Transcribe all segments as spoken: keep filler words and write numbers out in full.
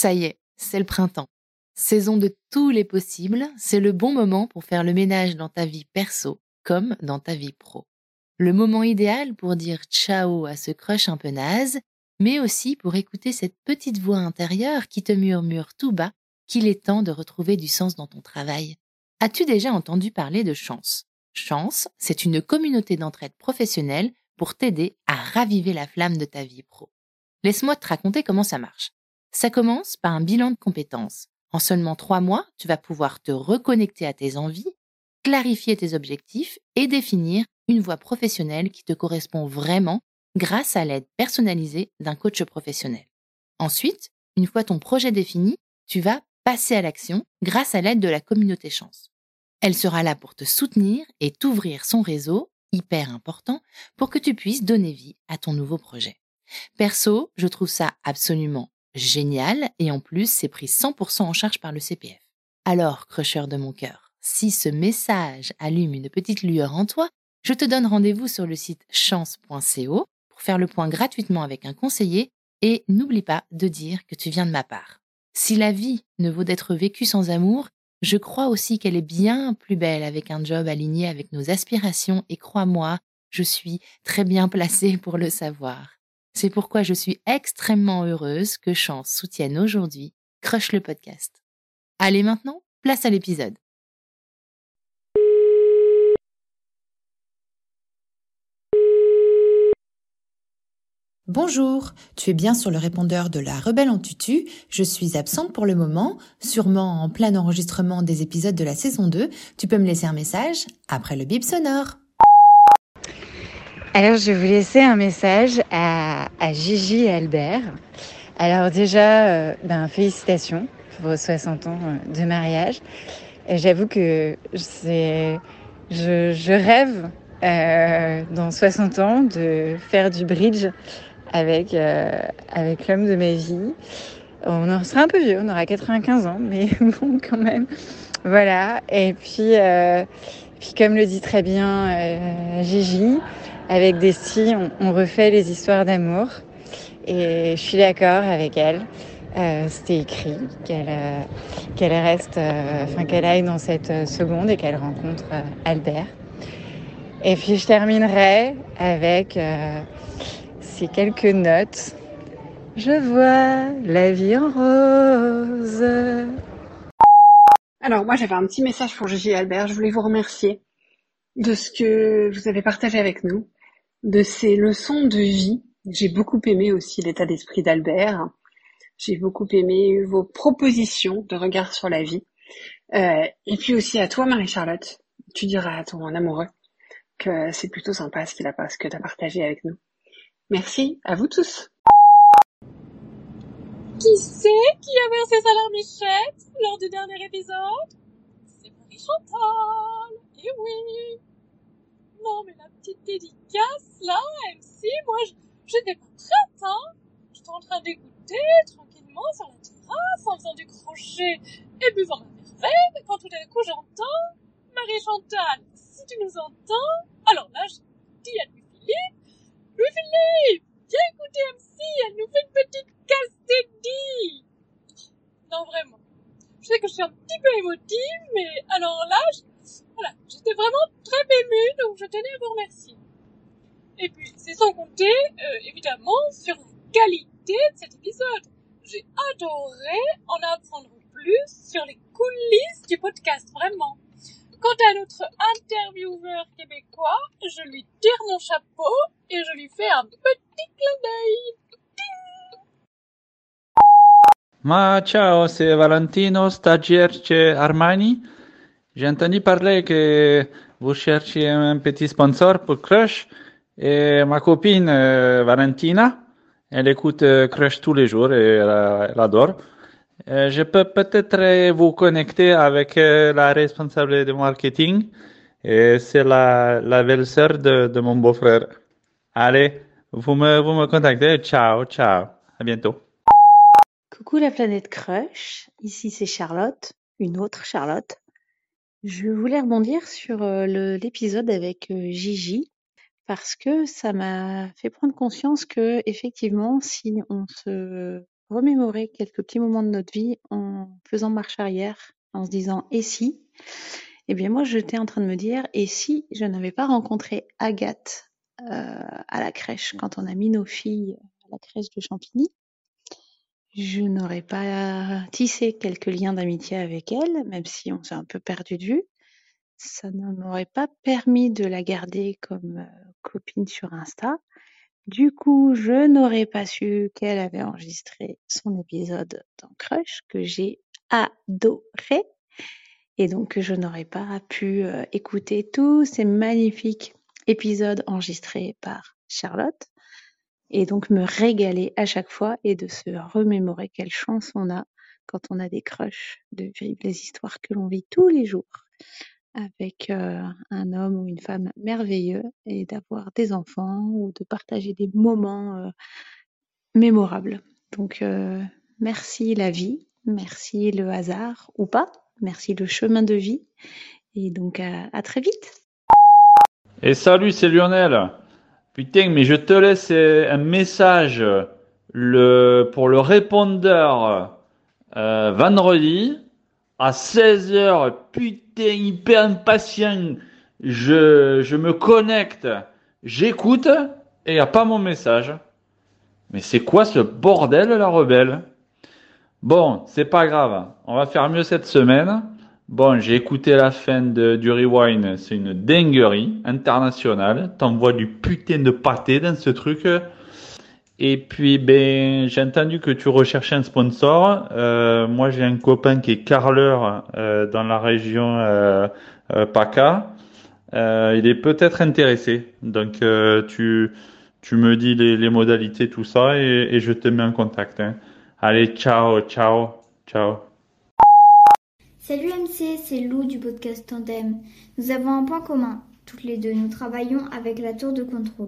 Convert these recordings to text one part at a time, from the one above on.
Ça y est, c'est le printemps. Saison de tous les possibles, c'est le bon moment pour faire le ménage dans ta vie perso comme dans ta vie pro. Le moment idéal pour dire ciao à ce crush un peu naze, mais aussi pour écouter cette petite voix intérieure qui te murmure tout bas qu'il est temps de retrouver du sens dans ton travail. As-tu déjà entendu parler de Chance? Chance, c'est une communauté d'entraide professionnelle pour t'aider à raviver la flamme de ta vie pro. Laisse-moi te raconter comment ça marche. Ça commence par un bilan de compétences. En seulement trois mois, tu vas pouvoir te reconnecter à tes envies, clarifier tes objectifs et définir une voie professionnelle qui te correspond vraiment grâce à l'aide personnalisée d'un coach professionnel. Ensuite, une fois ton projet défini, tu vas passer à l'action grâce à l'aide de la communauté Chance. Elle sera là pour te soutenir et t'ouvrir son réseau, hyper important, pour que tu puisses donner vie à ton nouveau projet. Perso, je trouve ça absolument génial et en plus, c'est pris cent pour cent en charge par le C P F. Alors, crusher de mon cœur, si ce message allume une petite lueur en toi, je te donne rendez-vous sur le site chance point co pour faire le point gratuitement avec un conseiller et n'oublie pas de dire que tu viens de ma part. Si la vie ne vaut d'être vécue sans amour, je crois aussi qu'elle est bien plus belle avec un job aligné avec nos aspirations et crois-moi, je suis très bien placée pour le savoir. C'est pourquoi je suis extrêmement heureuse que Chance soutienne aujourd'hui Crush le podcast. Allez maintenant, place à l'épisode. Bonjour, tu es bien sur le répondeur de la Rebelle en tutu. Je suis absente pour le moment, sûrement en plein enregistrement des épisodes de la saison deux. Tu peux me laisser un message après le bip sonore. Alors, je vais vous laisser un message à, à Gigi et Albert. Alors déjà, euh, ben, félicitations pour vos soixante ans de mariage. Et j'avoue que c'est, je, je rêve euh, dans soixante ans de faire du bridge avec, euh, avec l'homme de ma vie. On en sera un peu vieux, on aura quatre-vingt-quinze ans, mais bon quand même. Voilà, et puis, euh, puis comme le dit très bien euh, Gigi, avec Desti, on, on refait les histoires d'amour. Et je suis d'accord avec elle. Euh, c'était écrit qu'elle, euh, qu'elle reste, euh, enfin qu'elle aille dans cette euh, seconde et qu'elle rencontre euh, Albert. Et puis je terminerai avec euh, ces quelques notes. Je vois la vie en rose. Alors moi j'avais un petit message pour Gigi et Albert. Je voulais vous remercier de ce que vous avez partagé avec nous, de ces leçons de vie. J'ai beaucoup aimé aussi l'état d'esprit d'Albert. J'ai beaucoup aimé vos propositions de regard sur la vie. Euh, et puis aussi à toi Marie-Charlotte, tu diras à ton amoureux que c'est plutôt sympa ce qu'il a, ce que tu as partagé avec nous. Merci à vous tous. Qui c'est qui a versé sa larmichette lors du dernier épisode? C'est Marie-Chantal. Eh oui. Non mais la petite dédicace là, M C, moi je, j'étais pas prête, hein. J'étais en train d'écouter tranquillement sur la terrasse en faisant du crochet et buvant ma verveine quand tout d'un coup j'entends Marie-Chantal, si tu nous entends, alors là je dis à Louis-Philippe, Louis-Philippe, viens écouter M C, elle nous fait une petite castédie. Non vraiment, je sais que je suis un petit peu émotive, mais alors là, je, voilà, j'étais vraiment très émue, donc je tenais à vous remercier. Et puis, c'est sans compter, euh, évidemment, sur la qualité de cet épisode. J'ai adoré en apprendre plus sur les coulisses du podcast, vraiment. Quant à notre intervieweur québécois, je lui tire mon chapeau et je lui fais un petit clin d'œil. Ma ciao, c'est Valentino, stagiaire chez Armani. J'ai entendu parler que vous cherchiez un petit sponsor pour Crush. Et ma copine euh, Valentina, elle écoute euh, Crush tous les jours et elle, euh, elle adore. Euh, je peux peut-être euh, vous connecter avec euh, la responsable de marketing. Et c'est la, la belle-sœur de, de mon beau-frère. Allez, vous me, vous me contactez. Ciao, ciao. À bientôt. Coucou la planète Crush, ici c'est Charlotte, une autre Charlotte. Je voulais rebondir sur euh, le- l'épisode avec euh, Gigi parce que ça m'a fait prendre conscience que effectivement, si on se remémorer quelques petits moments de notre vie en faisant marche arrière, en se disant « et si ?» Eh bien moi, j'étais en train de me dire « et si je n'avais pas rencontré Agathe euh, à la crèche, quand on a mis nos filles à la crèche de Champigny, je n'aurais pas tissé quelques liens d'amitié avec elle, même si on s'est un peu perdu de vue. Ça ne m'aurait pas permis de la garder comme euh, copine sur Insta. Du coup, je n'aurais pas su qu'elle avait enregistré son épisode dans Crush, que j'ai adoré. Et donc, je n'aurais pas pu euh, écouter tous ces magnifiques épisodes enregistrés par Charlotte. Et donc, me régaler à chaque fois et de se remémorer quelle chance on a quand on a des crushs, de vivre les histoires que l'on vit tous les jours avec euh, un homme ou une femme merveilleux et d'avoir des enfants ou de partager des moments euh, mémorables. Donc, euh, merci la vie, merci le hasard ou pas, merci le chemin de vie et donc à, à très vite. Et salut, c'est Lionel. Putain, mais je te laisse un message le, pour le répondeur euh, vendredi à seize heures. Putain, hyper impatient. Je, je me connecte, j'écoute et il n'y a pas mon message. Mais c'est quoi ce bordel, la rebelle? Bon, c'est pas grave. On va faire mieux cette semaine. Bon, j'ai écouté la fin de, du Rewind, c'est une dinguerie internationale. T'envoies du putain de pâté dans ce truc. Et puis, ben, j'ai entendu que tu recherchais un sponsor. Euh, moi, j'ai un copain qui est carreleur euh, dans la région euh, euh, PACA. Euh, il est peut-être intéressé. Donc, euh, tu, tu me dis les, les modalités, tout ça, et, et je te mets en contact. Hein. Allez, ciao, ciao, ciao. Salut M C, c'est Lou du podcast Tandem. Nous avons un point commun. Toutes les deux, nous travaillons avec la tour de contrôle.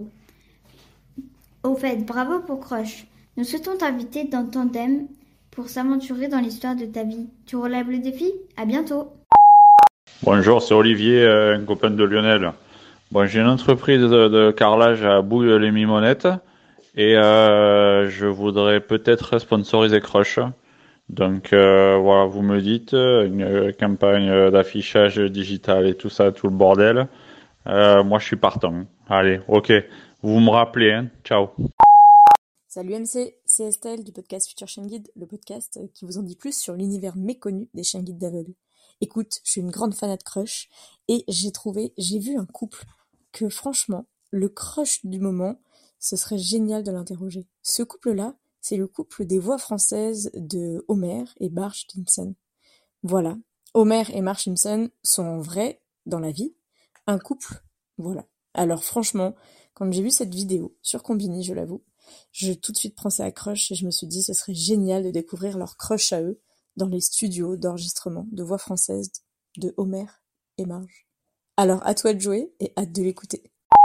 Au fait, bravo pour Crush. Nous souhaitons t'inviter dans Tandem pour s'aventurer dans l'histoire de ta vie. Tu relèves le défi? À bientôt. Bonjour, c'est Olivier, un copain de Lionel. Bon, j'ai une entreprise de, de carrelage à Bouille-les-Mimonettes et euh, je voudrais peut-être sponsoriser Crush. Donc euh, voilà, vous me dites, une campagne d'affichage digital et tout ça, tout le bordel. Euh, moi, je suis partant. Allez, ok. Vous me rappelez, hein. Ciao. Salut M C, c'est Estelle du podcast Futur Chien Guide, le podcast qui vous en dit plus sur l'univers méconnu des chiens guides d'aveugles. Écoute, je suis une grande fan de Crush et j'ai trouvé, j'ai vu un couple que franchement, le crush du moment, ce serait génial de l'interroger. Ce couple-là, c'est le couple des voix françaises de Homer et Marge Simpson. Voilà, Homer et Marge Simpson sont en vrai, dans la vie, un couple. Voilà. Alors franchement, quand j'ai vu cette vidéo sur Combini, je l'avoue, je tout de suite pensé à Crush et je me suis dit ce serait génial de découvrir leur crush à eux dans les studios d'enregistrement de voix françaises de Homer et Marge. Alors à toi de jouer et hâte de l'écouter.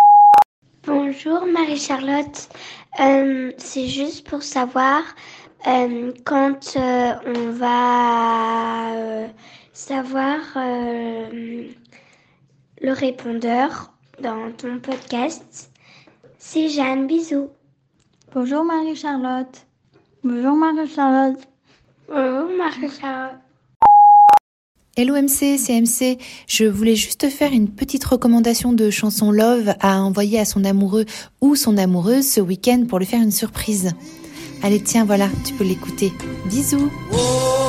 Bonjour Marie-Charlotte, euh, c'est juste pour savoir euh, quand euh, on va euh, savoir euh, le répondeur dans ton podcast. C'est Jeanne, bisous. Bonjour Marie-Charlotte. Bonjour Marie-Charlotte. Bonjour Marie-Charlotte. Hello M C, c'est M C. Je voulais juste faire une petite recommandation de chanson Love à envoyer à son amoureux ou son amoureuse ce week-end pour lui faire une surprise. Allez, tiens, voilà, tu peux l'écouter. Bisous.